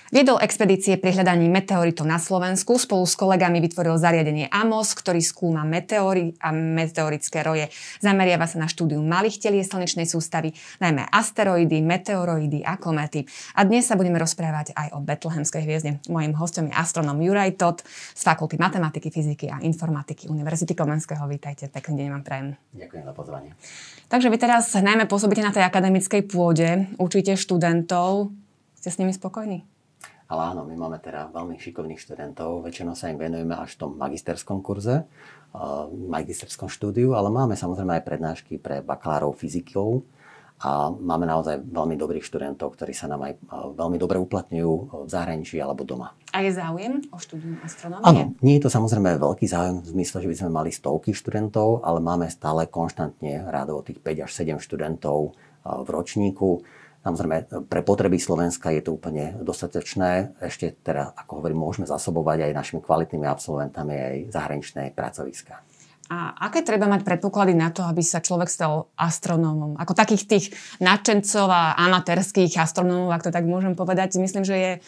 Viedol expedície pri hľadaní meteoritov na Slovensku. Spolu s kolegami vytvoril zariadenie AMOS, ktorý skúma meteory a meteorické roje. Zameriava sa na štúdiu malých telies slnečnej sústavy, najmä asteroidy, meteoroidy a kométy. A dnes sa budeme rozprávať aj o Betlehemskej hviezde. Mojím hostom je astronóm Juraj Todt z Fakulty matematiky, fyziky a informatiky Univerzity Komenského. Vítajte, pekný deň vám prajem. Ďakujem za pozvanie. Takže vy teraz najmä pôsobíte na tej akademickej pôde, učíte študentov. Ste s nimi spokojní? Ale áno, my máme teda veľmi šikovných študentov. Väčšinou sa im venujeme až v tom magisterskom kurze, magisterskom štúdiu, ale máme samozrejme aj prednášky pre bakalárov fyzikov a máme naozaj veľmi dobrých študentov, ktorí sa nám aj veľmi dobre uplatňujú v zahraničí alebo doma. A je záujem o štúdium astronómie? Áno, nie je to samozrejme veľký záujem v zmysle, že by sme mali stovky študentov, ale máme stále konštantne rádovo tých 5 až 7 študentov v ročníku. Samozrejme, pre potreby Slovenska je to úplne dostatočné. Ešte teda, ako hovorím, môžeme zasobovať aj našimi kvalitnými absolventami aj zahraničné pracoviská. A aké treba mať predpoklady na to, aby sa človek stal astronómom? Ako takých tých nadšencov a amatérských astronómov, ak to tak môžem povedať, myslím, že je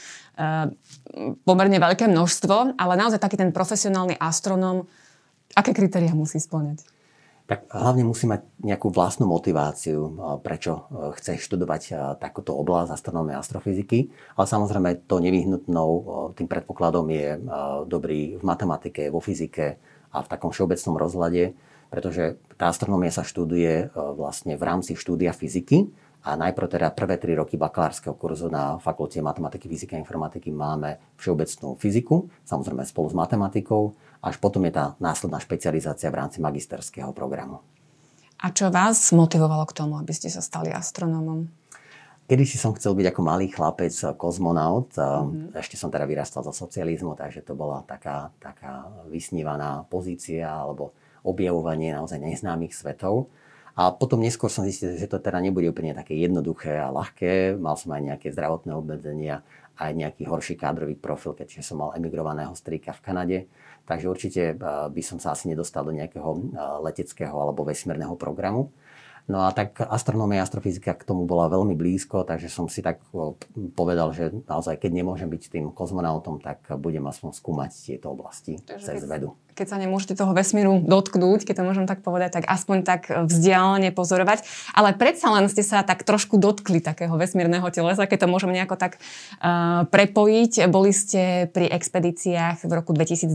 pomerne veľké množstvo, ale naozaj taký ten profesionálny astronóm, aké kritériá musí spĺňať? Tak hlavne musí mať nejakú vlastnú motiváciu, prečo chce študovať takúto oblasť astronómie a astrofyziky. Ale samozrejme to nevyhnutnou tým predpokladom je dobrý v matematike, vo fyzike a v takom všeobecnom rozhľade, pretože tá astronómia sa študuje vlastne v rámci štúdia fyziky a najprv teda prvé 3 roky bakalárskeho kurzu na Fakulte matematiky, fyziky a informatiky máme všeobecnú fyziku, samozrejme spolu s matematikou, až potom je tá následná špecializácia v rámci magisterského programu. A čo vás motivovalo k tomu, aby ste sa stali astronómom? Kedysi som chcel byť ako malý chlapec kozmonaut. Ešte som teda vyrastal zo socializmu, takže to bola taká vysnívaná pozícia alebo objavovanie naozaj neznámych svetov. A potom neskôr som zistil, že to teda nebude úplne také jednoduché a ľahké. Mal som aj nejaké zdravotné obmedzenia, aj nejaký horší kádrový profil, keďže som mal emigrovaného strýka v Kanade. Takže určite by som sa asi nedostal do nejakého leteckého alebo vesmírneho programu. No a tak astronómia a astrofyzika k tomu bola veľmi blízko, takže som si tak povedal, že naozaj, keď nemôžem byť tým kozmonautom, tak budem aspoň skúmať tieto oblasti cez vedu. Keď sa nemôžete toho vesmíru dotknúť, keď to môžem tak povedať, tak aspoň tak vzdialene pozorovať. Ale predsa len ste sa tak trošku dotkli takého vesmírneho telesa, keď to môžem nejako tak prepojiť. Boli ste pri expedíciách v roku 2010.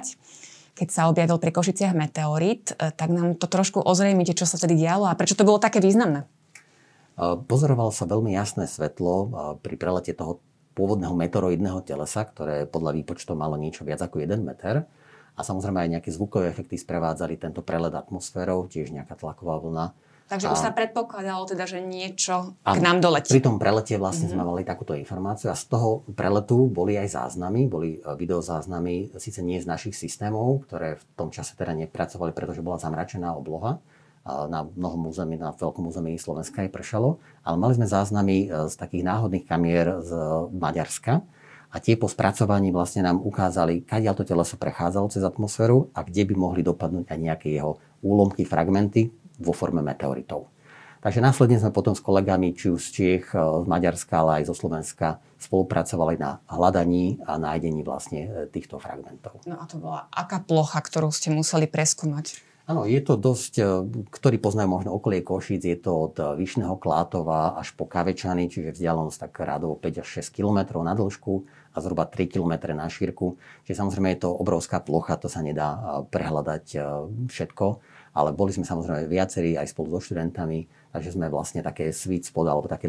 Keď sa objavil pri Košiciach meteorit, tak nám to trošku ozrejmite, čo sa vtedy dialo a prečo to bolo také významné. Pozorovalo sa veľmi jasné svetlo pri prelete toho pôvodného meteoroidného telesa, ktoré podľa výpočtov malo niečo viac ako 1 meter. A samozrejme aj nejaké zvukové efekty sprevádzali tento prelet atmosférou, tiež nejaká tlaková vlna. Takže už sa predpokladalo teda, že niečo k nám doletí. Pri tom prelete vlastne sme mali takúto informáciu a z toho preletu boli aj záznamy, boli videozáznamy, síce nie z našich systémov, ktoré v tom čase teda nepracovali, pretože bola zamračená obloha. Na mnohom území, na veľkom území Slovenska aj pršalo, ale mali sme záznamy z takých náhodných kamier z Maďarska a tie po spracovaní vlastne nám ukázali, kadiaľ to teleso prechádzalo cez atmosféru a kde by mohli dopadnúť aj nejaké jeho úlomky, fragmenty vo forme meteoritov. Takže následne sme potom s kolegami či už z Čiech, z Maďarska, ale aj zo Slovenska spolupracovali na hľadaní a nájdení vlastne týchto fragmentov. No a to bola aká plocha, ktorú ste museli preskúmať? Áno, je to dosť, ktorí poznajú možno okolie Košíc, je to od Vyšného Klátova až po Kavečany, čiže vzdialenosť tak rádovo 5 až 6 km na dĺžku a zhruba 3 km na šírku. Čiže samozrejme je to obrovská plocha, to sa nedá prehľadať všetko. Ale boli sme samozrejme viacerí aj spolu so študentami, takže sme vlastne také sweet spot alebo také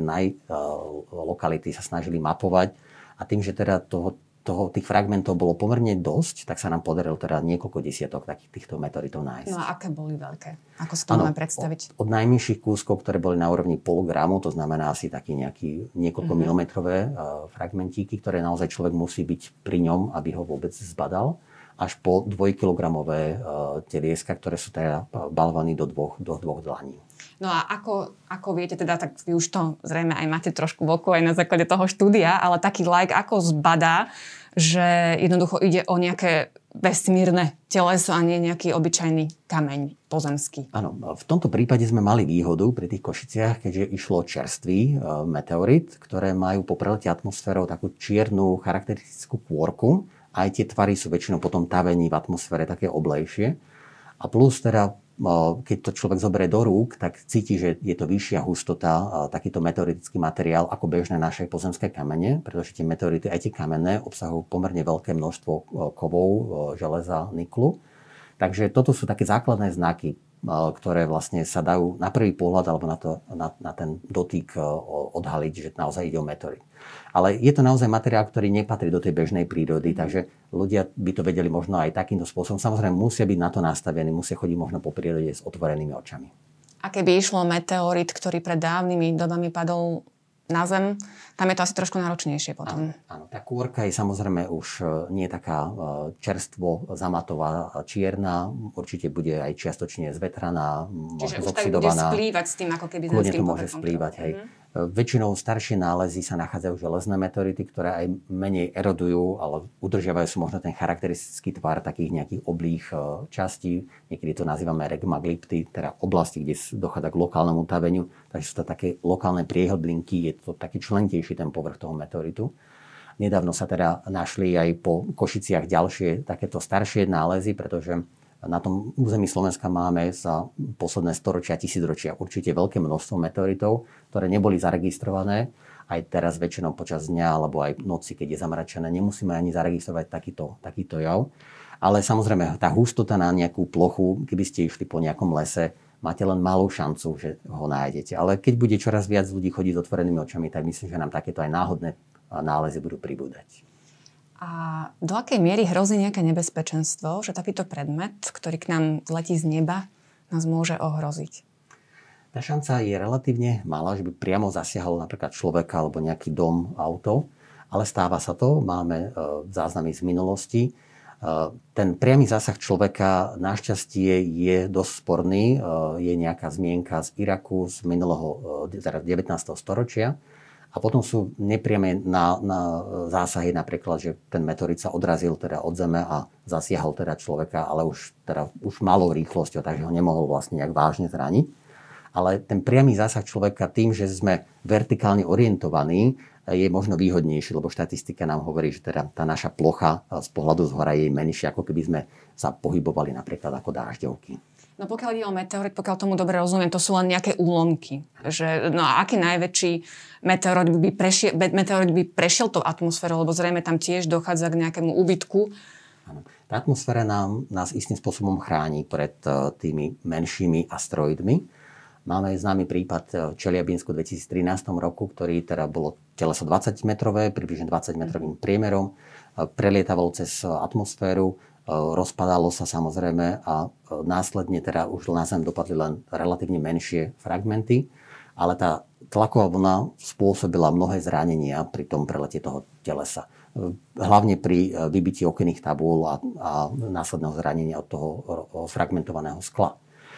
lokality sa snažili mapovať. A tým, že teda tých fragmentov bolo pomerne dosť, tak sa nám podarilo teda niekoľko desiatok takých týchto meteoritov nájsť. No a aké boli veľké? Ako sa to máme predstaviť? Od najmenších kúskov, ktoré boli na úrovni pologramu, to znamená asi taký nejaký niekoľko milimetrové fragmentíky, ktoré naozaj človek musí byť pri ňom, aby ho vôbec zbadal, až po 2-kilogramové telieska, ktoré sú teda balované do dvoch dlaní. No a ako viete, teda, tak vy už to zrejme aj máte trošku v oku aj na základe toho štúdia, ale taký laik ako zbadá, že jednoducho ide o nejaké vesmírne teleso a nie nejaký obyčajný kameň pozemský. Áno, v tomto prípade sme mali výhodu pri tých Košiciach, keďže išlo čerstvý meteorit, ktoré majú po prelete atmosférou takú čiernu charakteristickú kôrku. Aj tie tvary sú väčšinou potom tavení v atmosfére také oblejšie. A plus teda, keď to človek zoberie do rúk, tak cíti, že je to vyššia hustota, takýto meteoritický materiál ako bežné naše pozemské kamene, pretože tie meteority, aj tie kamenné, obsahujú pomerne veľké množstvo kovov, železa, niklu. Takže toto sú také základné znaky, ktoré vlastne sa dajú na prvý pohľad alebo na ten dotyk odhaliť, že naozaj ide o meteorit. Ale je to naozaj materiál, ktorý nepatrí do tej bežnej prírody, takže ľudia by to vedeli možno aj takýmto spôsobom. Samozrejme musia byť na to nastavení, musia chodiť možno po prírode s otvorenými očami. A keby išlo meteorit, ktorý pred dávnymi dobami padol na Zem, tam je to asi trošku náročnejšie potom. Áno, tá kôrka je samozrejme už nie taká čerstvo zamatová, čierna, určite bude aj čiastočne zvetraná, možno zoxidovaná. Čiže už tak bude splývať s tým, ako keby zemským povrchom. Kľudne to môže splývať, hej. Väčšinou staršie nálezy sa nachádzajú železné meteority, ktoré aj menej erodujú, ale udržiavajú sú možno ten charakteristický tvar takých nejakých oblých častí. Niekedy to nazývame regmaglipty, teda oblasti, kde dochádza k lokálnemu taveniu. Takže sú to také lokálne priehodlinky, je to taký člentejší ten povrch toho meteoritu. Nedávno sa teda našli aj po Košiciach ďalšie takéto staršie nálezy, pretože na tom území Slovenska máme za posledné storočia, tisícročia určite veľké množstvo meteoritov, ktoré neboli zaregistrované. Aj teraz väčšinou počas dňa alebo aj noci, keď je zamračené, nemusíme ani zaregistrovať takýto jav. Ale samozrejme, tá hustota na nejakú plochu, keby ste išli po nejakom lese, máte len malú šancu, že ho nájdete. Ale keď bude čoraz viac ľudí chodiť s otvorenými očami, tak myslím, že nám takéto aj náhodné nálezy budú pribúdať. A do akej miery hrozí nejaké nebezpečenstvo, že takýto predmet, ktorý k nám letí z neba, nás môže ohroziť? Tá šanca je relatívne malá, že by priamo zasiahol napríklad človeka alebo nejaký dom, auto, ale stáva sa to, máme záznamy z minulosti. Ten priamy zásah človeka našťastie je dosť sporný, je nejaká zmienka z Iraku z minulého 19. storočia. A potom sú nepriame na zásahy napríklad, že ten meteorit sa odrazil teda od zeme a zasiahol teda človeka, ale už malou rýchlosťou, takže ho nemohol vlastne nejak vážne zraniť. Ale ten priamy zásah človeka tým, že sme vertikálne orientovaní, je možno výhodnejší, lebo štatistika nám hovorí, že teda tá naša plocha z pohľadu zhora je menšia, ako keby sme sa pohybovali napríklad ako dážďovky. No pokiaľ ide o meteorit, pokiaľ tomu dobre rozumiem, to sú len nejaké úlomky. No a aký najväčší meteorit by prešiel tou atmosférou, lebo zrejme tam tiež dochádza k nejakému úbytku. Áno. Tá atmosféra nás istým spôsobom chráni pred tými menšími asteroidmi. Máme známy prípad v Čeliabinsku v 2013 roku, ktorý teda bolo teleso 20-metrové, približne 20-metrovým priemerom, prelietavalo cez atmosféru, rozpadalo sa samozrejme a následne teda už na Zem dopadli len relatívne menšie fragmenty, ale tá tlaková vlna spôsobila mnohé zranenia pri tom prelete toho telesa. Hlavne pri vybití okenných tabúľ a následného zranenia od toho fragmentovaného skla.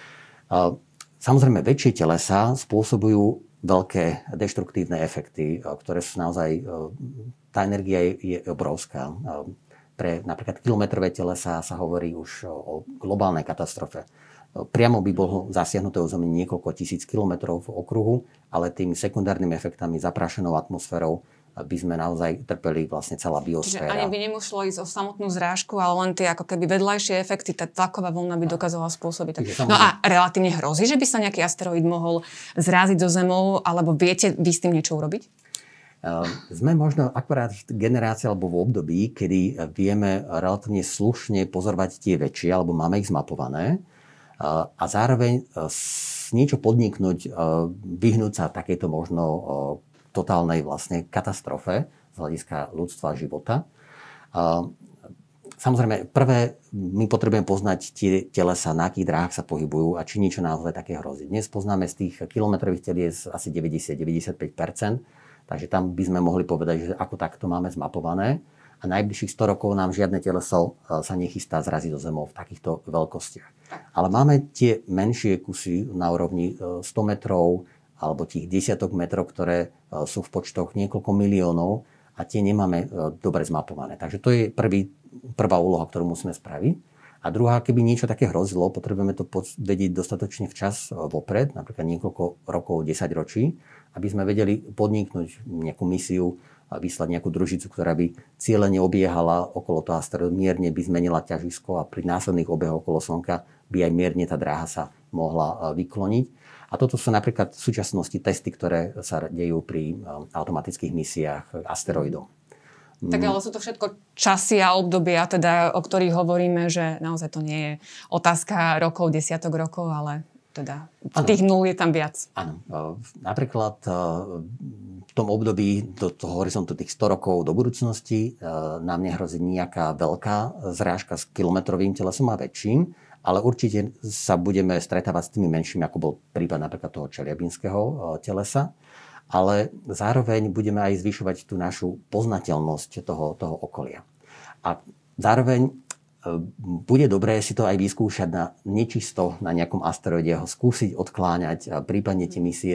Samozrejme, väčšie telesa spôsobujú veľké deštruktívne efekty, ktoré sú naozaj... Tá energia je obrovská. Pre napríklad kilometrové telesa sa hovorí už o globálnej katastrofe. Priamo by bolo zasiahnuté územie niekoľko tisíc kilometrov v okruhu, ale tými sekundárnymi efektami, zaprášenou atmosférou by sme naozaj trpeli vlastne celá biosféra. Čiže ani by nemuselo ísť o samotnú zrážku, ale len tie ako keby vedľajšie efekty, tá tlaková vlna by dokázala spôsobiť. No a relatívne hrozí, že by sa nejaký asteroid mohol zráziť do Zemou, alebo viete vy s tým niečo urobiť? Sme možno akorát v generácii alebo v období, kedy vieme relatívne slušne pozorovať tie väčšie, alebo máme ich zmapované a zároveň niečo podniknúť, vyhnúť sa takejto možno totálnej vlastne katastrofe z hľadiska ľudstva a života. Samozrejme, prvé, my potrebujeme poznať tie telesa, na akých dráhach sa pohybujú a či niečo naozaj také hrozí. Dnes poznáme z tých kilometrových telies asi 90-95%, takže tam by sme mohli povedať, že ako takto máme zmapované. A najbližších 100 rokov nám žiadne teleso sa nechystá zraziť do Zemou v takýchto veľkostiach. Ale máme tie menšie kusy na úrovni 100 metrov alebo tých desiatok metrov, ktoré sú v počtoch niekoľko miliónov. A a tie nemáme dobre zmapované. Takže to je prvá úloha, ktorú musíme spraviť. A druhá, keby niečo také hrozilo, potrebujeme to vedieť dostatočne včas vopred, napríklad niekoľko rokov, 10 ročí, aby sme vedeli podniknúť nejakú misiu, vyslať nejakú družicu, ktorá by cieľene obiehala okolo toho asteroidu, mierne by zmenila ťažisko a pri následných obehoch okolo Slnka by aj mierne tá dráha sa mohla vykloniť. A toto sú napríklad v súčasnosti testy, ktoré sa dejú pri automatických misiách asteroidov. Tak ale sú to všetko časy a obdobia, teda, o ktorých hovoríme, že naozaj to nie je otázka rokov, desiatok rokov, ale teda v tých nul je tam viac. Áno. Napríklad v tom období do toho horizontu tých 100 rokov do budúcnosti nám nehrozí nejaká veľká zrážka s kilometrovým telesom a väčším, ale určite sa budeme stretávať s tými menšími, ako bol prípad napríklad toho čeliabinského telesa. Ale zároveň budeme aj zvyšovať tú našu poznateľnosť toho okolia. A zároveň bude dobré si to aj vyskúšať na nečisto na nejakom asteroide, ho skúsiť odkláňať, prípadne tie misie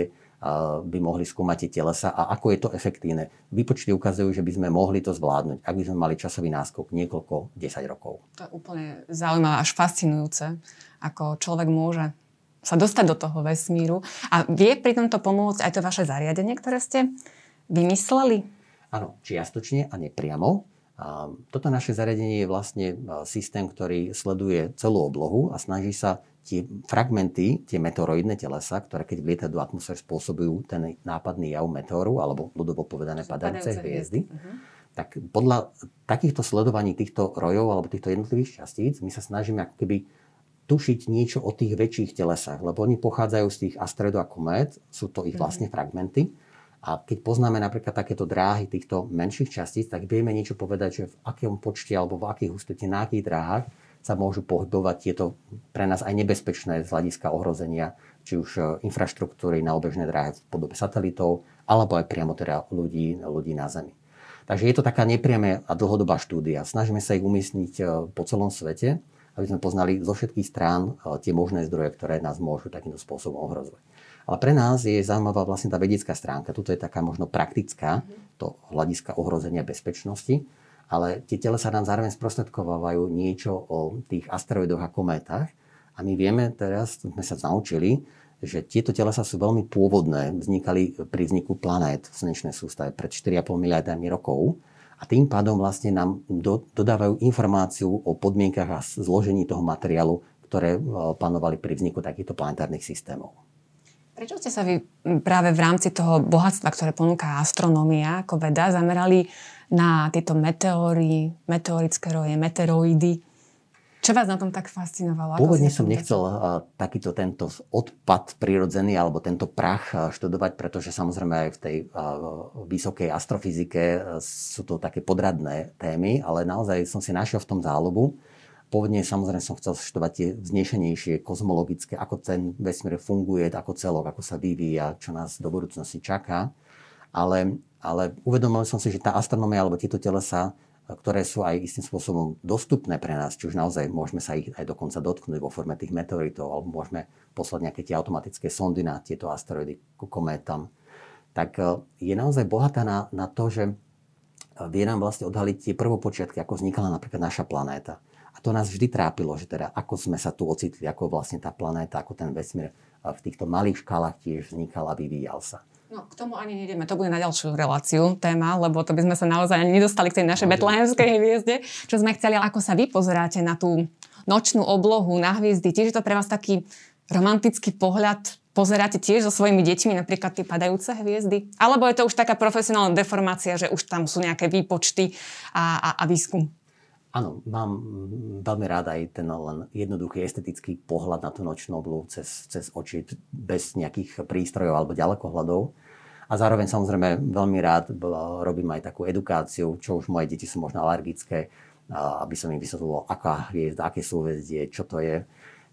by mohli skúmať tie telesa a ako je to efektívne. Výpočty ukazujú, že by sme mohli to zvládnuť, ak by sme mali časový náskok niekoľko 10 rokov. To je úplne zaujímavé, až fascinujúce, ako človek môže sa dostať do toho vesmíru. A vie pri tomto pomôcť aj to vaše zariadenie, ktoré ste vymysleli? Áno, čiastočne a nepriamo. Toto naše zariadenie je vlastne systém, ktorý sleduje celú oblohu a snaží sa tie fragmenty, tie meteoroidné telesa, ktoré keď vlietajú do atmosféry spôsobujú ten nápadný jav meteoru, alebo ľudovo povedané padajúce hviezdy. Tak podľa takýchto sledovaní týchto rojov alebo týchto jednotlivých častíc my sa snažíme ako keby tušiť niečo o tých väčších telesách, lebo oni pochádzajú z tých asteroidov a komét, sú to ich vlastne fragmenty. A keď poznáme napríklad takéto dráhy týchto menších častíc, tak vieme niečo povedať, že v akom počte alebo v akých hustote, na akých dráhach sa môžu pohybovať tieto pre nás aj nebezpečné z hľadiska ohrozenia, či už infraštruktúry na obežné dráhy v podobe satelitov, alebo aj priamo teda ľudí na Zemi. Takže je to taká nepriama a dlhodobá štúdia. Snažíme sa ich umiestniť po celom svete, aby sme poznali zo všetkých strán tie možné zdroje, ktoré nás môžu takýmto spôsobom ohrozovať. Ale pre nás je zaujímavá vlastne tá vedecká stránka. Tuto je taká možno praktická, to hľadiska ohrozenia bezpečnosti, ale tie telesá nám zároveň sprostredkovávajú niečo o tých asteroidoch a kométach. A my vieme teraz, sme sa naučili, že tieto telesá sú veľmi pôvodné, vznikali pri vzniku planét v slnečnej sústave pred 4,5 miliardami rokov. A tým pádom vlastne nám dodávajú informáciu o podmienkach a zložení toho materiálu, ktoré panovali pri vzniku takýchto planetárnych systémov. Prečo ste sa vy práve v rámci toho bohatstva, ktoré ponúka astronómia ako veda, zamerali na tieto meteóry, meteorické roje, meteoroidy? Čo vás na tom tak fascinovalo? Pôvodne som nechcel takýto tento odpad prirodzený alebo tento prach študovať, pretože samozrejme aj v tej vysokej astrofyzike sú to také podradné témy, ale naozaj som si našiel v tom záľubu. Pôvodne samozrejme som chcel študovať tie vznešenejšie, kozmologické, ako ten vesmír funguje, ako celok, ako sa vyvíja, čo nás do budúcnosti čaká. Ale uvedomil som si, že tá astronómia alebo tieto telesá, ktoré sú aj istým spôsobom dostupné pre nás, či už naozaj môžeme sa ich aj dokonca dotknúť vo forme tých meteoritov, alebo môžeme poslať nejaké tie automatické sondy na tieto asteroidy ku kométam, tak je naozaj bohatá na to, že vie nám vlastne odhaliť tie prvopočiatky, ako vznikala napríklad naša planéta. A to nás vždy trápilo, že teda ako sme sa tu ocitli, ako vlastne tá planéta, ako ten vesmír v týchto malých škálach tiež vznikal a vyvíjal sa. No, k tomu ani nejdeme, to bude na ďalšiu reláciu téma, lebo to by sme sa naozaj ani nedostali k tej našej betlehemskej hviezde, čo sme chceli, ale ako sa vy pozeráte na tú nočnú oblohu, na hviezdy, tiež je to pre vás taký romantický pohľad, pozeráte tiež so svojimi deťmi napríklad tie padajúce hviezdy? Alebo je to už taká profesionálna deformácia, že už tam sú nejaké výpočty a výskum? Áno, mám veľmi rád aj ten len jednoduchý estetický pohľad na tú nočnú oblohu cez oči, bez nejakých prístrojov alebo ďalekohľadov. A zároveň samozrejme veľmi rád robím aj takú edukáciu, čo už moje deti sú možno alergické, aby som im vysvetlil, aká hviezda, aké súhvezdie, čo to je.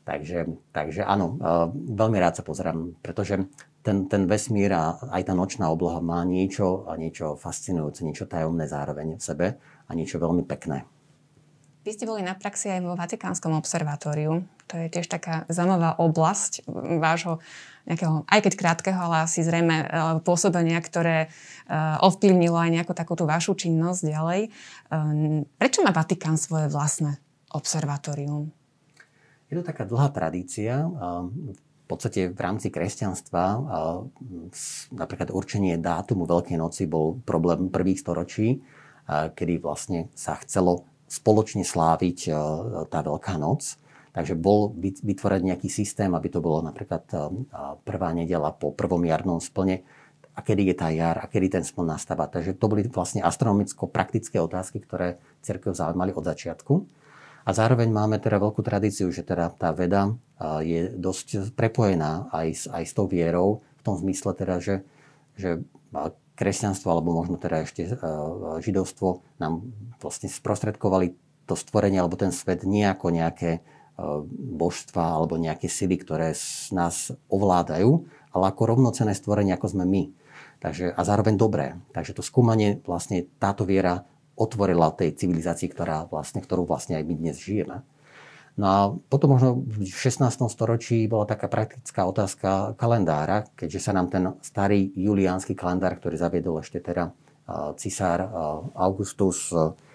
Takže áno, veľmi rád sa pozerám, pretože ten vesmír a aj tá nočná obloha má niečo fascinujúce, niečo tajomné zároveň v sebe a niečo veľmi pekné. Vy ste boli na praxi aj vo Vatikánskom observatóriu. To je tiež taká zaujímavá oblasť vášho nejakého, aj keď krátkeho, ale asi zrejme pôsobenia, ktoré ovplyvnilo aj nejakú takúto vašu činnosť ďalej. Prečo má Vatikán svoje vlastné observatórium? Je to taká dlhá tradícia. V podstate v rámci kresťanstva napríklad určenie dátumu Veľkej noci bol problém prvých storočí, kedy vlastne sa chcelo spoločne sláviť tá Veľká noc. Takže bol vytvorený nejaký systém, aby to bolo napríklad prvá nedeľa po prvom jarnom splne, a kedy je tá jar, a kedy ten spln nastáva. Takže to boli vlastne astronomicko-praktické otázky, ktoré cirkev zaujímali od začiatku. A zároveň máme teda veľkú tradíciu, že teda tá veda je dosť prepojená aj s tou vierou, v tom zmysle teda, že kresťanstvo, alebo možno teda ešte židovstvo nám vlastne sprostredkovali to stvorenie, alebo ten svet nie ako nejaké božstva alebo nejaké sily, ktoré nás ovládajú, ale ako rovnocenné stvorenie, ako sme my. Takže, a zároveň dobré. Takže to skúmanie, vlastne táto viera otvorila tej civilizácii, ktorú vlastne aj my dnes žijeme. No a potom možno v 16. storočí bola taká praktická otázka kalendára, keďže sa nám ten starý juliánsky kalendár, ktorý zaviedol ešte teda cisár Augustus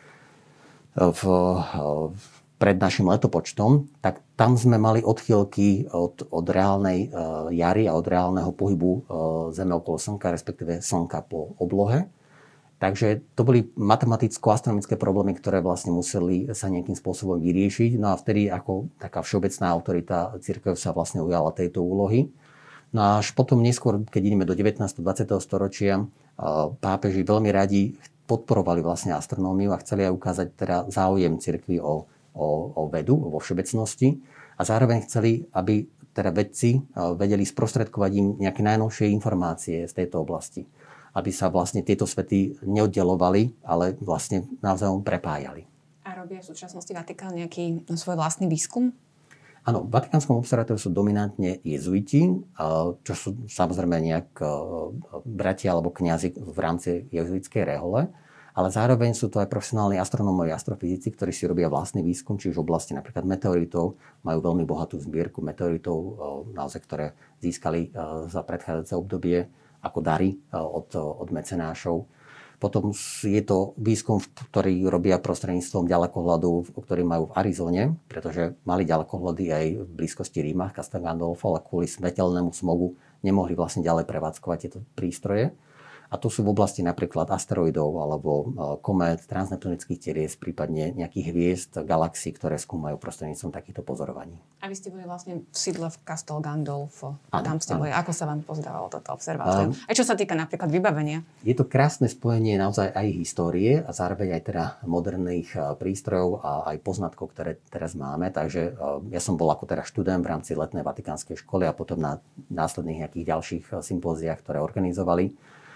pred našim letopočtom, tak tam sme mali odchýlky od reálnej jary a od reálneho pohybu Zeme okolo Slnka, respektíve Slnka po oblohe. Takže to boli matematicko-astronomické problémy, ktoré vlastne museli sa nejakým spôsobom vyriešiť. No a vtedy ako taká všeobecná autorita cirkev sa vlastne ujala tejto úlohy. No a až potom neskôr, keď ideme do 19. 20. storočia, pápeži veľmi radi podporovali vlastne astronómiu a chceli aj ukázať teda záujem cirkvi o vedu vo všeobecnosti. A zároveň chceli, aby teda vedci vedeli sprostredkovať im nejaké najnovšie informácie z tejto oblasti. Aby sa vlastne tieto svety neoddelovali, ale vlastne navzájom prepájali. A robia v súčasnosti Vatikán nejaký svoj vlastný výskum? Áno, v Vatikánskom observatóriu sú dominantne jezuiti, čo sú samozrejme nejak bratia alebo kňazi v rámci jezuitskej rehole, ale zároveň sú to aj profesionálni astronómovia a astrofyzici, ktorí si robia vlastný výskum, či už v oblasti napríklad meteoritov, majú veľmi bohatú zbierku meteoritov, naozaj, ktoré získali za predchádzajúce obdobie ako dary od mecenášov. Potom je to výskum, ktorý robia prostredníctvom ďalekohľadu, ktorý majú v Arizone, pretože mali ďalekohľady aj v blízkosti Ríma, Castel Gandolfo, ale kvôli svetelnému smogu nemohli vlastne ďalej prevádzkovať tieto prístroje. A to sú v oblasti napríklad asteroidov alebo komét, transneptunických telies, prípadne nejakých hviezd, galaxií, ktoré skúmajú prostredníctvom takýchto pozorovaní. A vy ste boli vlastne v sídle v Castel Gandolfo. Tam ste boli. Ako sa vám pozdávalo toto observatórium? Aj čo sa týka napríklad vybavenia? Je to krásne spojenie naozaj aj histórie a zároveň aj teda moderných prístrojov a aj poznatkov, ktoré teraz máme. Takže ja som bol ako teda študent v rámci letnej vatikánskej školy a potom na následných nejakých ďalších sympóziách, ktoré organizovali.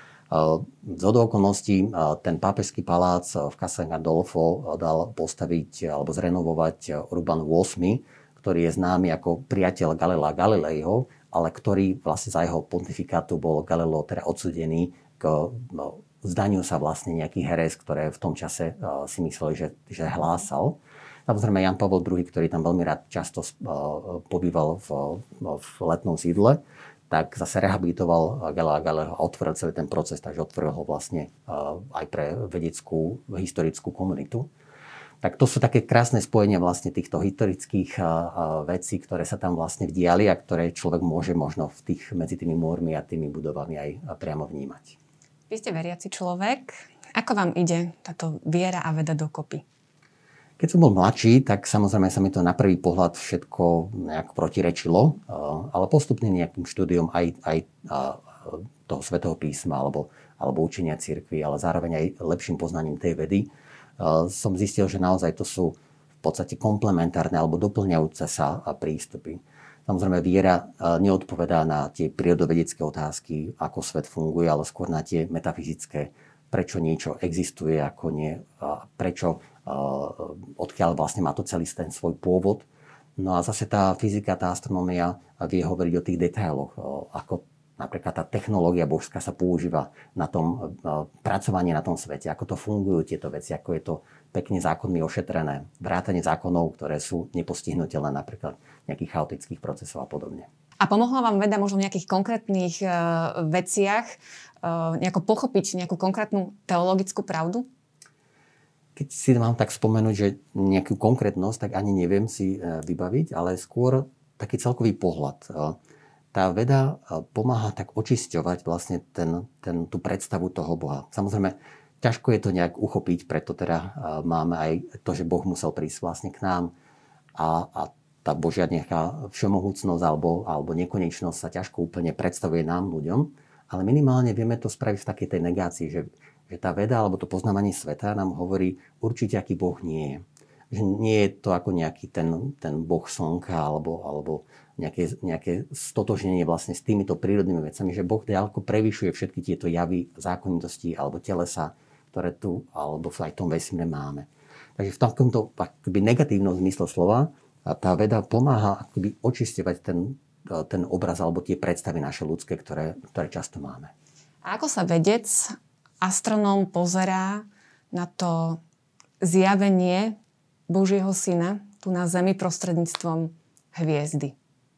Zhodou okolností ten pápežský palác v Castel Gandolfo dal postaviť alebo zrenovovať Urban VIII, ktorý je známy ako priateľ Galilea Galileiho, ale ktorý vlastne za jeho pontifikátu bol Galileo teda odsudený k zdaniu sa vlastne nejakých herés, ktoré v tom čase si mysleli, že hlásal. Samozrejme Jan Pavel II, ktorý tam veľmi rád často pobýval v letnom sídle, tak zase rehabilitoval Galilea a otvoril celý ten proces, takže otvoril ho vlastne aj pre vedeckú, historickú komunitu. Tak to sú také krásne spojenia vlastne týchto historických vecí, ktoré sa tam vlastne vdiali a ktoré človek môže možno medzi tými múrmi a tými budovami aj priamo vnímať. Vy ste veriaci človek. Ako vám ide táto viera a veda dokopy? Keď som bol mladší, tak samozrejme sa mi to na prvý pohľad všetko nejak protirečilo, ale postupným nejakým štúdiom aj toho svätého písma alebo učenia cirkvi, ale zároveň aj lepším poznaním tej vedy, som zistil, že naozaj to sú v podstate komplementárne alebo doplňajúce sa prístupy. Samozrejme, viera neodpovedá na tie prírodovedecké otázky, ako svet funguje, ale skôr na tie metafyzické, prečo niečo existuje, ako nie, prečo odkiaľ vlastne má to celý ten svoj pôvod. No a zase tá fyzika, tá astronómia vie hovoriť o tých detailoch, ako napríklad tá technológia božská sa používa na tom pracovanie na tom svete, ako to fungujú tieto veci, ako je to pekne zákonmi ošetrené. Vrátane zákonov, ktoré sú nepostihnuteľné napríklad nejakých chaotických procesov a podobne. A pomohla vám veda možno v nejakých konkrétnych veciach nejako pochopiť nejakú konkrétnu teologickú pravdu? Keď si mám tak spomenúť, že nejakú konkrétnosť, tak ani neviem si vybaviť, ale skôr taký celkový pohľad. Tá veda pomáha tak očisťovať vlastne tú predstavu toho Boha. Samozrejme, ťažko je to nejak uchopiť, preto teda máme aj to, že Boh musel prísť vlastne k nám a tá Božia nejaká všemohúcnosť alebo nekonečnosť sa ťažko úplne predstavuje nám, ľuďom, ale minimálne vieme to spraviť v takej tej negácii, že tá veda alebo to poznávanie sveta nám hovorí určite, aký Boh nie je. Že nie je to ako nejaký ten Boh slnka alebo nejaké stotožnenie vlastne s týmito prírodnými vecami, že Boh ďaleko prevyšuje všetky tieto javy, zákonitosti alebo telesa, ktoré tu alebo aj v tom vesmíre máme. Takže v takomto akoby negatívnom zmysle slova tá veda pomáha akoby očisťovať ten obraz alebo tie predstavy naše ľudské, ktoré často máme. A ako sa vedec, astronóm pozerá na to zjavenie Božieho syna tu na Zemi prostredníctvom hviezdy?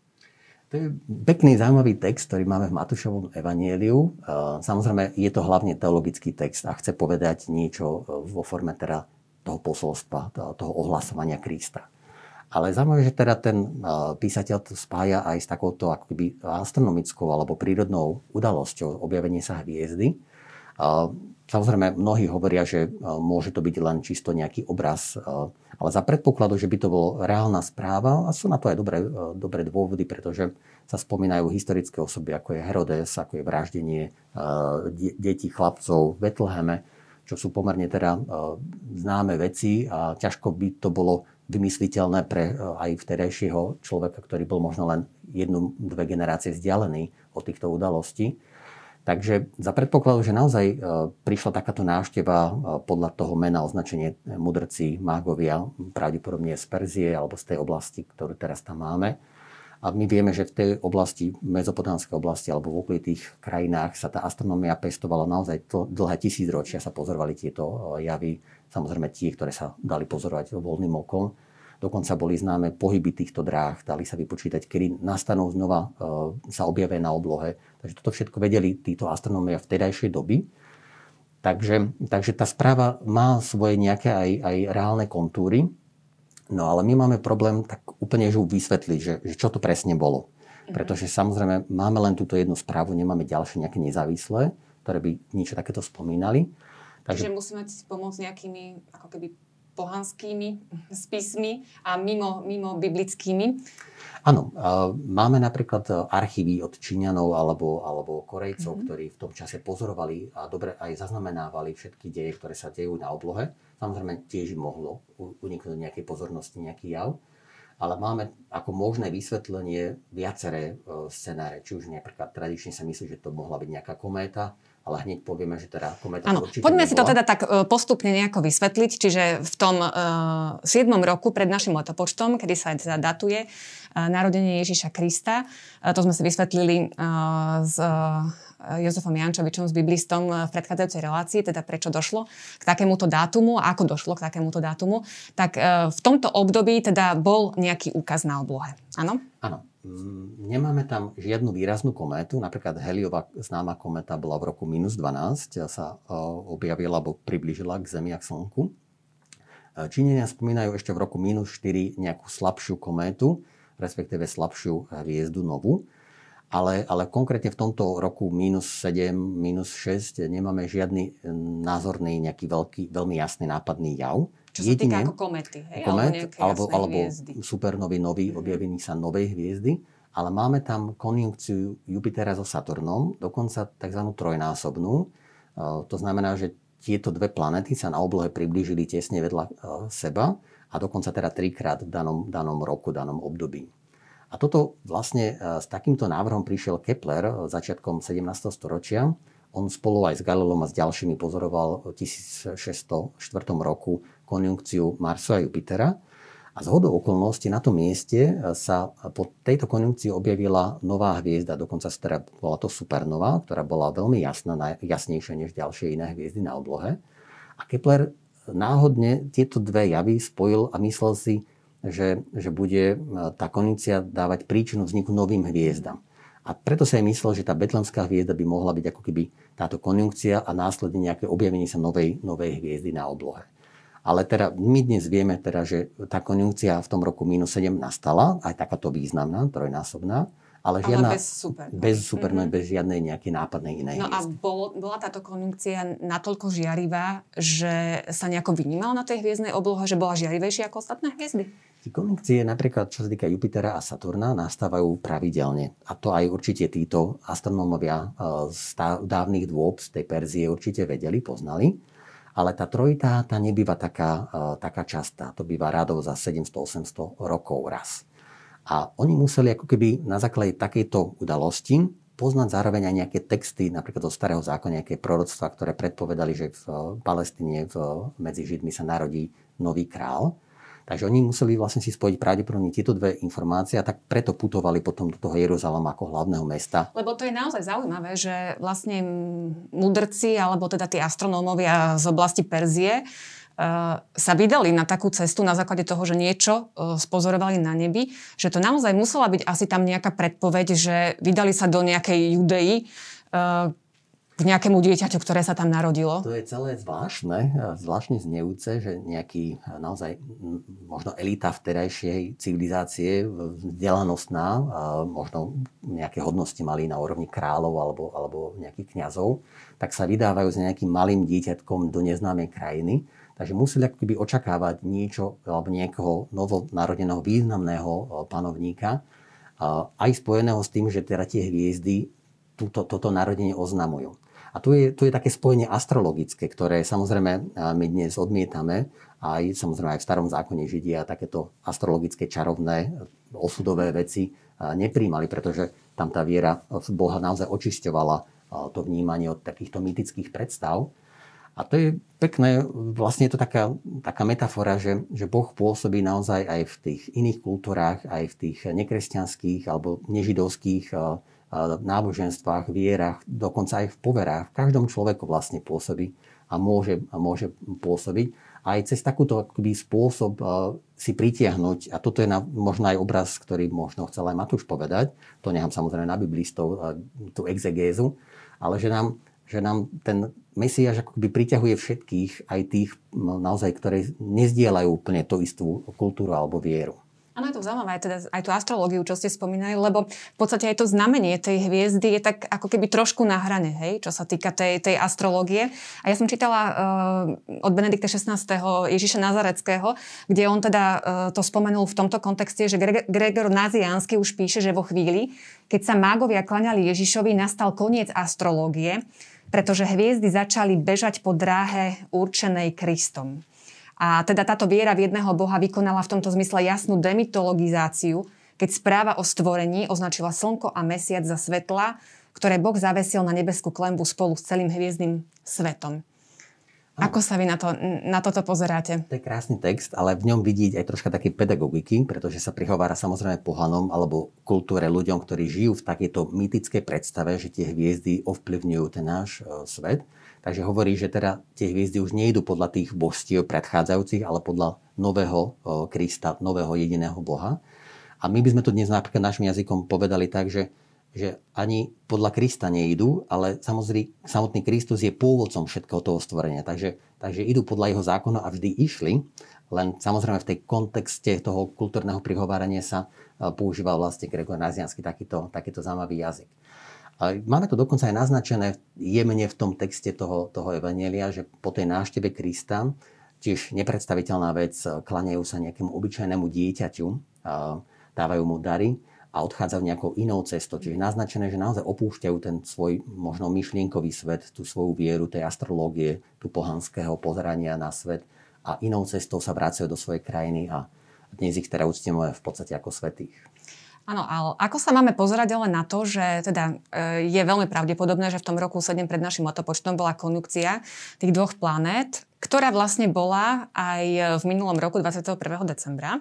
To je pekný, zaujímavý text, ktorý máme v Matúšovom evanjeliu. Samozrejme, je to hlavne teologický text a chce povedať niečo vo forme teda toho posolstva, toho ohlasovania Krista. Ale zaujímavé, že teda ten písateľ to spája aj s takouto akoby astronomickou alebo prírodnou udalosťou objavenie sa hviezdy. Samozrejme, mnohí hovoria, že môže to byť len čisto nejaký obraz, ale za predpokladu, že by to bola reálna správa, a sú na to aj dobré dôvody, pretože sa spomínajú historické osoby, ako je Herodes, ako je vraždenie detí, chlapcov v Betleheme, čo sú pomerne teda známe veci a ťažko by to bolo vymysliteľné pre aj vtedajšieho človeka, ktorý bol možno len 1-2 generácie vzdialený od týchto udalostí. Takže za predpokladu, že naozaj prišla takáto návšteva podľa toho mena označenie mudrci, mágovia, pravdepodobne z Perzie alebo z tej oblasti, ktorú teraz tam máme. A my vieme, že v tej oblasti, mezopotámskej oblasti alebo v okolitých krajinách sa tá astronómia pestovala naozaj dlhé tisícročia, sa pozorovali tieto javy, samozrejme tie, ktoré sa dali pozorovať voľným okom. Dokonca boli známe pohyby týchto dráh, dali sa vypočítať, kedy nastanú znova sa objavia na oblohe. Takže toto všetko vedeli títo astronómovia vtedajšej doby. Takže tá správa má svoje nejaké aj reálne kontúry. No ale my máme problém tak úplne ju vysvetliť, že čo to presne bolo. Pretože samozrejme máme len túto jednu správu, nemáme ďalšie nejaké nezávislé, ktoré by niečo takéto spomínali. Takže musíme si pomôcť nejakými ako keby pohanskými spismi a mimo biblickými. Áno, máme napríklad archívy od Číňanov alebo Korejcov, ktorí v tom čase pozorovali a dobre aj zaznamenávali všetky deje, ktoré sa dejú na oblohe. Samozrejme tiež mohlo uniknúť nejakej pozornosti, nejaký jav. Ale máme ako možné vysvetlenie viaceré scenáre. Či už napríklad tradične sa myslí, že to mohla byť nejaká kométa, ale hneď povieme, že teda kométa áno, určite poďme nebola. si to teda tak postupne nejako vysvetliť. Čiže v tom 7. roku pred našim letopočtom, kedy sa teda datuje narodenie Ježiša Krista, to sme si vysvetlili s Jozefom Jančovičom, s biblistom v predchádzajúcej relácii, teda prečo došlo k takémuto dátumu, ako došlo k takémuto dátumu, tak v tomto období teda bol nejaký úkaz na oblohe. Áno? Áno. Nemáme tam žiadnu výraznú kométu. Napríklad Heliova známa kométa bola v roku -12 a sa objavila alebo priblížila k Zemi a k Slnku. Číňania spomínajú ešte v roku -4 nejakú slabšiu kométu, respektíve slabšiu hviezdu novú. Ale konkrétne v tomto roku -7, -6 nemáme žiadny názorný, nejaký veľmi jasný nápadný jav. Čo sa týka ako komety, hej? Alebo supernový nový, objavení sa novej hviezdy. Ale máme tam konjunkciu Jupitera so Saturnom, dokonca tzv. Trojnásobnú. To znamená, že tieto dve planety sa na oblohe priblížili tesne vedľa seba a dokonca teda 3-krát v danom roku, danom období. A toto vlastne s takýmto návrhom prišiel Kepler začiatkom 17. storočia. On spolu aj s Galileom a s ďalšími pozoroval v 1604 roku konjunkciu Marsu a Jupitera. A zhodou okolností na tom mieste sa po tejto konjunkcii objavila nová hviezda, dokonca teda bola to supernova, ktorá bola veľmi jasná, jasnejšia než ďalšie iné hviezdy na oblohe. A Kepler náhodne tieto dve javy spojil a myslel si, že bude tá konjunkcia dávať príčinu vzniku novým hviezdam. A preto sa aj myslel, že tá betlemská hviezda by mohla byť ako keby táto konjunkcia a následne nejaké objavenie sa novej hviezdy na oblohe. Ale teda my dnes vieme, teda, že tá konjunkcia v tom roku -7 nastala, aj takáto významná, trojnásobná, ale žiadna, bez supernovej, bez žiadnej nejakej nápadnej inej hviezdy. No a bola táto konjunkcia natoľko žiarivá, že sa nejako vynímala na tej hviezdnej oblohe, že bola žiarivejšia ako ostatné hviezdy? Konjunkcie napríklad, čo sa týka Jupitera a Saturna, nastávajú pravidelne. A to aj určite títo astronómovia z dávnych dôb, z tej Perzie určite vedeli, poznali. Ale tá trojitá, tá nebýva taká častá. To býva radov za 700-800 rokov raz. A oni museli ako keby na základe takejto udalosti poznať zároveň aj nejaké texty, napríklad zo Starého zákona, nejaké proroctva, ktoré predpovedali, že v Palestíne medzi Židmi sa narodí nový král. Takže oni museli vlastne si spojiť pravdepodobne tieto dve informácie a tak preto putovali potom do toho Jeruzalema ako hlavného mesta. Lebo to je naozaj zaujímavé, že vlastne mudrci, alebo teda tí astronómovia z oblasti Perzie sa vydali na takú cestu na základe toho, že niečo spozorovali na nebi, že to naozaj musela byť asi tam nejaká predpoveď, že vydali sa do nejakej Judei k nejakému dieťaťu, ktoré sa tam narodilo. To je celé zvláštne znejúce, že nejaký naozaj možno elita vterajšej civilizácie, vzdelanostná, možno nejaké hodnosti mali na úrovni kráľov alebo nejakých kňazov, tak sa vydávajú s nejakým malým dieťatkom do neznámej krajiny. Takže museli ako keby očakávať niečo alebo niekoho novonarodeného významného panovníka, aj spojeného s tým, že teda tie hviezdy toto narodenie oznamujú. A tu je také spojenie astrologické, ktoré samozrejme my dnes odmietame, aj samozrejme aj v Starom zákone Židia takéto astrologické čarovné osudové veci nepríjmali, pretože tam tá viera v Boha naozaj očisťovala to vnímanie od takýchto mýtických predstav. A to je pekné, vlastne je to taká metafora, že Boh pôsobí naozaj aj v tých iných kultúrách, aj v tých nekresťanských alebo nežidovských náboženstvách, vierach, dokonca aj v poverách. V každom človeku vlastne pôsobí a môže pôsobiť. Aj cez takúto spôsob si pritiahnuť, a toto je možno aj obraz, ktorý možno chcel aj Matúš povedať, to nechám samozrejme na biblistov, tú exegézu, ale že nám ten Mesiáš akoby priťahuje všetkých, aj tých naozaj, ktorí nezdieľajú úplne tú istú kultúru alebo vieru. Áno, je to zaujímavé, teda aj tú astrológiu, čo ste spomínali, lebo v podstate aj to znamenie tej hviezdy je tak ako keby trošku na hrane, hej, čo sa týka tej astrológie. A ja som čítala od Benedikta XVI. Ježiša Nazareckého, kde on teda to spomenul v tomto kontexte, že Gregor Naziánsky už píše, že vo chvíli, keď sa mágovia klaňali Ježišovi, nastal koniec astrológie, pretože hviezdy začali bežať po dráhe určenej Kristom. A teda táto viera v jedného Boha vykonala v tomto zmysle jasnú demitologizáciu, keď správa o stvorení označila slnko a mesiac za svetlá, ktoré Boh zavesil na nebeskú klenbu spolu s celým hviezdnym svetom. Ako sa vy na toto pozeráte? To je krásny text, ale v ňom vidieť aj troška také pedagogiky, pretože sa prihovára samozrejme pohanom alebo kultúre ľuďom, ktorí žijú v takejto mýtickej predstave, že tie hviezdy ovplyvňujú ten náš svet. Takže hovorí, že teda tie hviezdy už nejdu podľa tých božstiev predchádzajúcich, ale podľa nového Krista, nového jediného Boha. A my by sme to dnes napríklad našim jazykom povedali tak, že ani podľa Krista nejdú, ale samozrejme samotný Kristus je pôvodcom všetkého toho stvorenia. Takže idú podľa jeho zákona a vždy išli, len samozrejme v tej kontexte toho kultúrneho prihovárania sa používal vlastne Gregor Naziánsky takýto zaujímavý jazyk. Máme to dokonca aj naznačené jemne v tom texte toho evanjelia, že po tej návšteve Krista tiež nepredstaviteľná vec, klaňajú sa nejakému obyčajnému dieťaťu, dávajú mu dary a odchádzajú nejakou inou cestou. Čiže naznačené, že naozaj opúšťajú ten svoj možno myšlienkový svet, tú svoju vieru, tej astrológie, tú pohanského pozerania na svet a inou cestou sa vracajú do svojej krajiny a dnes ich teda uctievame v podstate ako svätých. Áno, ale ako sa máme pozerať ale na to, že teda je veľmi pravdepodobné, že v tom roku 7 pred našim letopočtom bola konjunkcia tých dvoch planét, ktorá vlastne bola aj v minulom roku 21. decembra.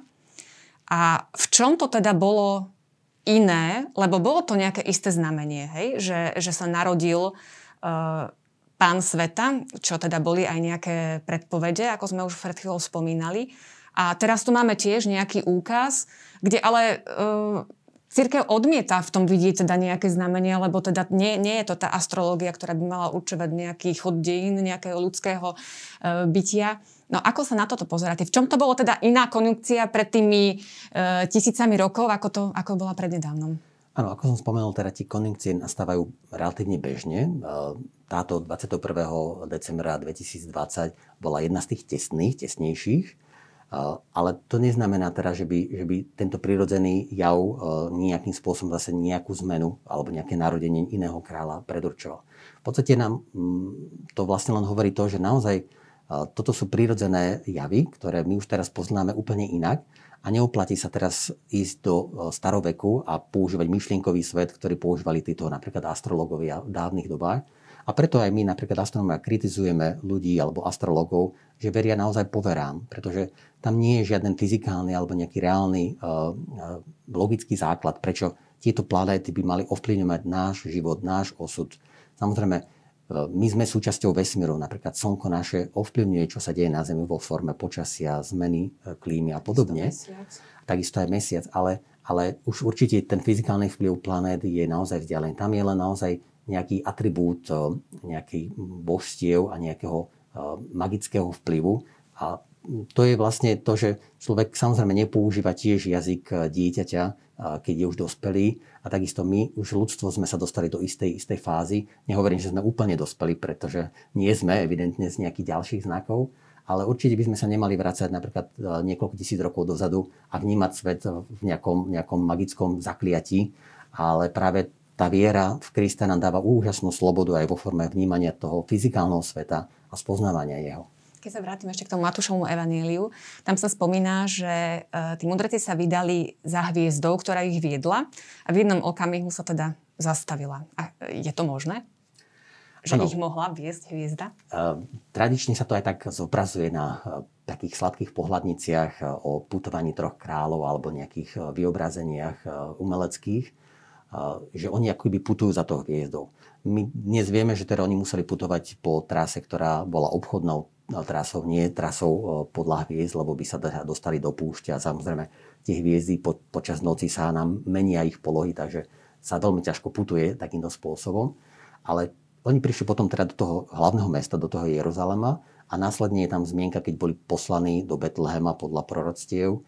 A v čom to teda bolo iné, lebo bolo to nejaké isté znamenie, hej? Že sa narodil pán sveta, čo teda boli aj nejaké predpovede, ako sme už pred chvíľou spomínali. A teraz tu máme tiež nejaký úkaz, kde ale cirkev odmieta v tom vidieť teda nejaké znamenia, lebo teda nie je to tá astrológia, ktorá by mala určovať nejaký chod dejín, nejakého ľudského bytia. No ako sa na toto pozeráte? V čom to bolo teda iná konjunkcia pred tými tisícami rokov, ako bola prednedávnom? Áno, ako som spomenul, teda tie konjunkcie nastávajú relatívne bežne. Táto 21. decembra 2020 bola jedna z tých tesnejších. Ale to neznamená teda, že by tento prirodzený jav nejakým spôsobom zase nejakú zmenu alebo nejaké narodenie iného kráľa predurčoval. V podstate nám to vlastne len hovorí to, že naozaj toto sú prirodzené javy, ktoré my už teraz poznáme úplne inak a neoplatí sa teraz ísť do staroveku a používať myšlienkový svet, ktorý používali títo napríklad astrológovia v dávnych dobách. A preto aj my napríklad astronómia kritizujeme ľudí alebo astrologov, že veria naozaj poverám, pretože tam nie je žiaden fyzikálny alebo nejaký reálny logický základ, prečo tieto planéty by mali ovplyvňovať náš život, náš osud. Samozrejme, my sme súčasťou vesmíru, napríklad Slnko naše ovplyvňuje, čo sa deje na Zemi vo forme počasia, zmeny klímy a podobne. Takisto aj mesiac, ale už určite ten fyzikálny vplyv planét je naozaj vzdialený. Tam je len naozaj nejaký atribút nejakých božstiev a nejakého magického vplyvu. A to je vlastne to, že človek samozrejme nepoužíva tiež jazyk dieťaťa, keď je už dospelý. A takisto my, už ľudstvo, sme sa dostali do istej fázy. Nehovorím, že sme úplne dospeli, pretože nie sme evidentne z nejakých ďalších znakov. Ale určite by sme sa nemali vrácať napríklad niekoľko tisíc rokov dozadu a vnímať svet v nejakom magickom zakliatí. Ale práve tá viera v Krista nám dáva úžasnú slobodu aj vo forme vnímania toho fyzikálneho sveta a spoznávania jeho. Keď sa vrátim ešte k tomu Matúšovmu evaníliu, tam sa spomína, že tí mudreci sa vydali za hviezdou, ktorá ich viedla a v jednom okamihu sa teda zastavila. A je to možné? Že ich mohla viesť hviezda? Tradične sa to aj tak zobrazuje na takých sladkých pohľadniciach o putovaní troch kráľov alebo nejakých vyobrazeniach umeleckých, že oni akoby putujú za tou hviezdou. My dnes vieme, že teda oni museli putovať po trase, ktorá bola obchodnou trasou, nie trasou podľa hviezd, lebo by sa dostali do púšťa. A samozrejme, tie hviezdy počas noci sa nám menia ich polohy, takže sa veľmi ťažko putuje takýmto spôsobom. Ale oni prišli potom teda do toho hlavného mesta, do toho Jeruzalema a následne je tam zmienka, keď boli poslaní do Betlehema podľa proroctiev.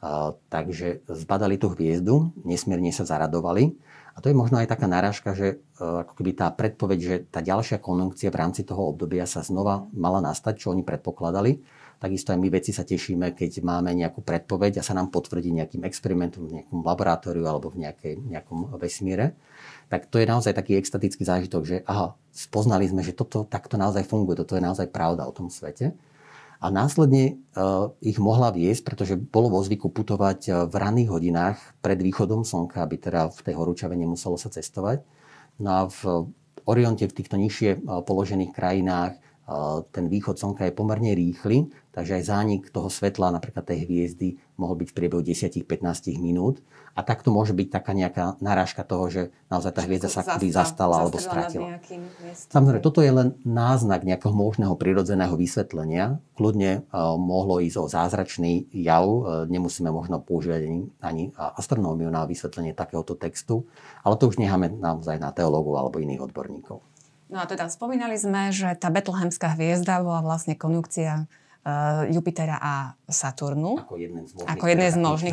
Takže zbadali tú hviezdu, nesmierne sa zaradovali. A to je možno aj taká narážka, že ako keby tá predpoveď, že tá ďalšia konjunkcia v rámci toho obdobia sa znova mala nastať, čo oni predpokladali. Takisto aj my vedci sa tešíme, keď máme nejakú predpoveď a sa nám potvrdí nejakým experimentom v nejakom laboratóriu alebo v nejakom vesmíre. Tak to je naozaj taký extatický zážitok, že spoznali sme, že toto takto naozaj funguje, toto je naozaj pravda o tom svete. A následne ich mohla viesť, pretože bolo vo zvyku putovať v ranných hodinách pred východom slnka, aby teda v tej horúčave nemuselo sa cestovať. No a v Orionte, v týchto nižšie položených krajinách, ten východ slnka je pomerne rýchly, takže aj zánik toho svetla, napríklad tej hviezdy, mohol byť v priebehu 10-15 minút. A takto môže byť taká nejaká narážka toho, že naozaj tá hviezda sa zastala alebo stratila. Samozrejme, toto je len náznak nejakého možného prirodzeného vysvetlenia. Kľudne mohlo ísť o zázračný jav. Nemusíme možno používať ani astronómiu na vysvetlenie takéhoto textu, ale to už necháme naozaj na teológov alebo iných odborníkov. No a teda spomínali sme, že tá betlehemská hviezda bola vlastne konjunkcia Jupitera a Saturnu. Ako jeden z možných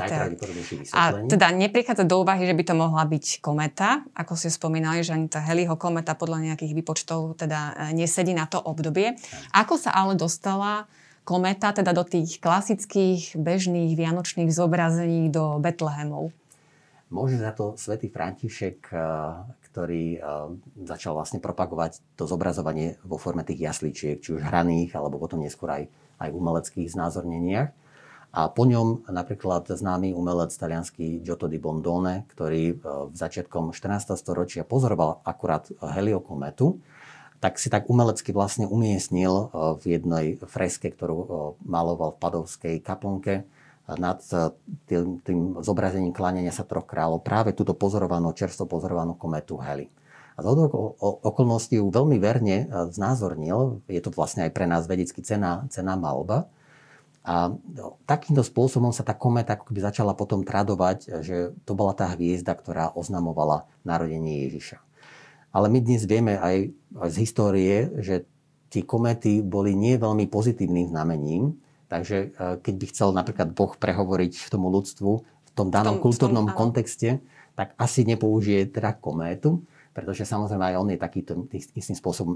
A teda neprichádza do úvahy, že by to mohla byť kometa. Ako ste spomínali, že ani tá Halleyho kometa podľa nejakých výpočtov teda nesedí na to obdobie. Ako sa ale dostala kometa teda do tých klasických bežných vianočných zobrazení do Betlehemov? Môže za to svätý František, ktorý začal vlastne propagovať to zobrazovanie vo forme tých jasličiek, či už hraných, alebo potom neskôr aj v umeleckých znázorneniach. A po ňom napríklad známy umelec taliansky Giotto di Bondone, ktorý v začiatkom 14. storočia pozoroval akurát Halleyho kometu, tak si tak umelecky vlastne umiestnil v jednej freske, ktorú maloval v Padovskej kaplnke, nad tým zobrazením kláňania sa troch kráľov práve túto čerstvo pozorovanú kometu Halley. A z okolností ju veľmi verne znázornil, je to vlastne aj pre nás vedecky cenná maľba. A takýmto spôsobom sa tá kométa ako keby začala potom tradovať, že to bola tá hviezda, ktorá oznamovala narodenie Ježiša. Ale my dnes vieme aj z histórie, že tie kométy boli nie veľmi pozitívnym znamením, takže keď by chcel napríklad Boh prehovoriť tomu ľudstvu v tom danom kultúrnom kontexte, tak asi nepoužije teda kométu, pretože samozrejme aj on je takýto istým spôsobom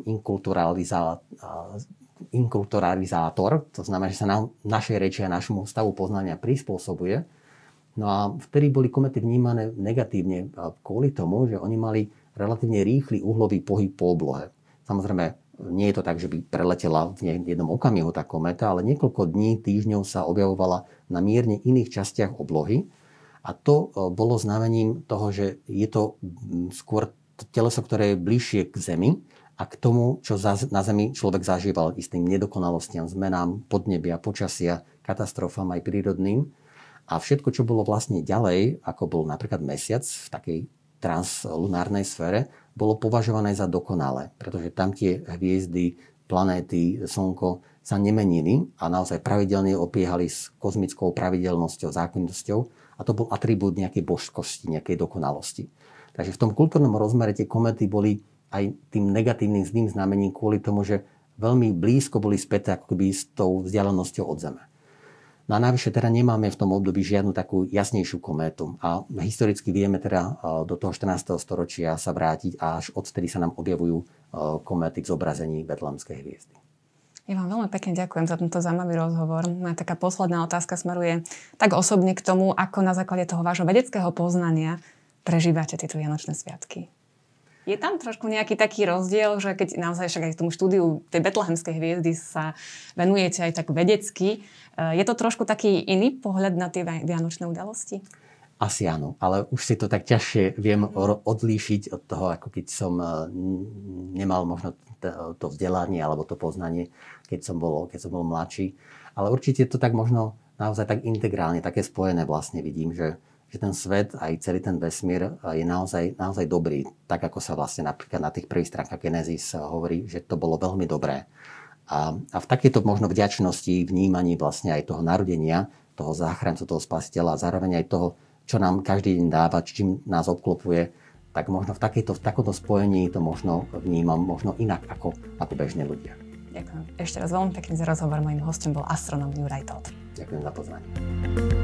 inkulturalizátor, to znamená, že sa našej reči a našemu stavu poznania prispôsobuje. No a vtedy boli kométy vnímané negatívne kvôli tomu, že oni mali relatívne rýchly uhlový pohyb po oblohe. Samozrejme, nie je to tak, že by preletela v jednom okamihu tá kométa, ale niekoľko dní, týždňov sa objavovala na mierne iných častiach oblohy. A to bolo znamením toho, že je to skôr teleso, ktoré je bližšie k Zemi a k tomu, čo na Zemi človek zažíval istým nedokonalostiam, zmenám podnebia, počasia, katastrofám aj prírodným. A všetko, čo bolo vlastne ďalej, ako bol napríklad Mesiac v takej translunárnej sfére, bolo považované za dokonalé, pretože tam tie hviezdy, planéty, Slnko sa nemenili a naozaj pravidelne opiehali s kozmickou pravidelnosťou, zákonitosťou a to bol atribút nejakej božskosti, nejakej dokonalosti. Takže v tom kultúrnom rozmere tie kométy boli aj tým negatívnym zlým znamením kvôli tomu, že veľmi blízko boli späté ako keby s tou vzdialenosťou od Zeme. No a navyše teda nemáme v tom období žiadnu takú jasnejšiu kométu. A historicky vieme teda do toho 14. storočia sa vrátiť a až odtedy sa nám objavujú kométy v zobrazení Betlémskej hviezdy. Ja vám veľmi pekne ďakujem za tento zaujímavý rozhovor. Moja taká posledná otázka smeruje tak osobne k tomu, ako na základe toho vášho vedeckého poznania prežívate tieto vianočné sviatky. Je tam trošku nejaký taký rozdiel, že keď naozaj však aj tomu štúdiu tej betlehemskej hviezdy sa venujete aj tak vedecky, je to trošku taký iný pohľad na tie vianočné udalosti? Asi áno, ale už si to tak ťažšie viem odlíšiť od toho, ako keď som nemal možno to vzdelanie alebo to poznanie, keď som bol mladší. Ale určite to tak možno naozaj tak integrálne, také spojené vlastne vidím, že ten svet, aj celý ten vesmír je naozaj dobrý. Tak ako sa vlastne napríklad na tých prvých stránkach Genesis hovorí, že to bolo veľmi dobré. A v takejto možno vďačnosti, vnímaní vlastne aj toho narodenia, toho záchrancu, toho spasiteľa a zároveň aj toho, čo nám každý deň dáva, čím nás obklopuje, tak možno v takomto spojení to možno vnímam možno inak ako bežní ľudia. Ďakujem. Ešte raz veľmi pekne za rozhovor. Mojím hostom bol astronóm Juraj Todt. Ďakujem za pozvanie.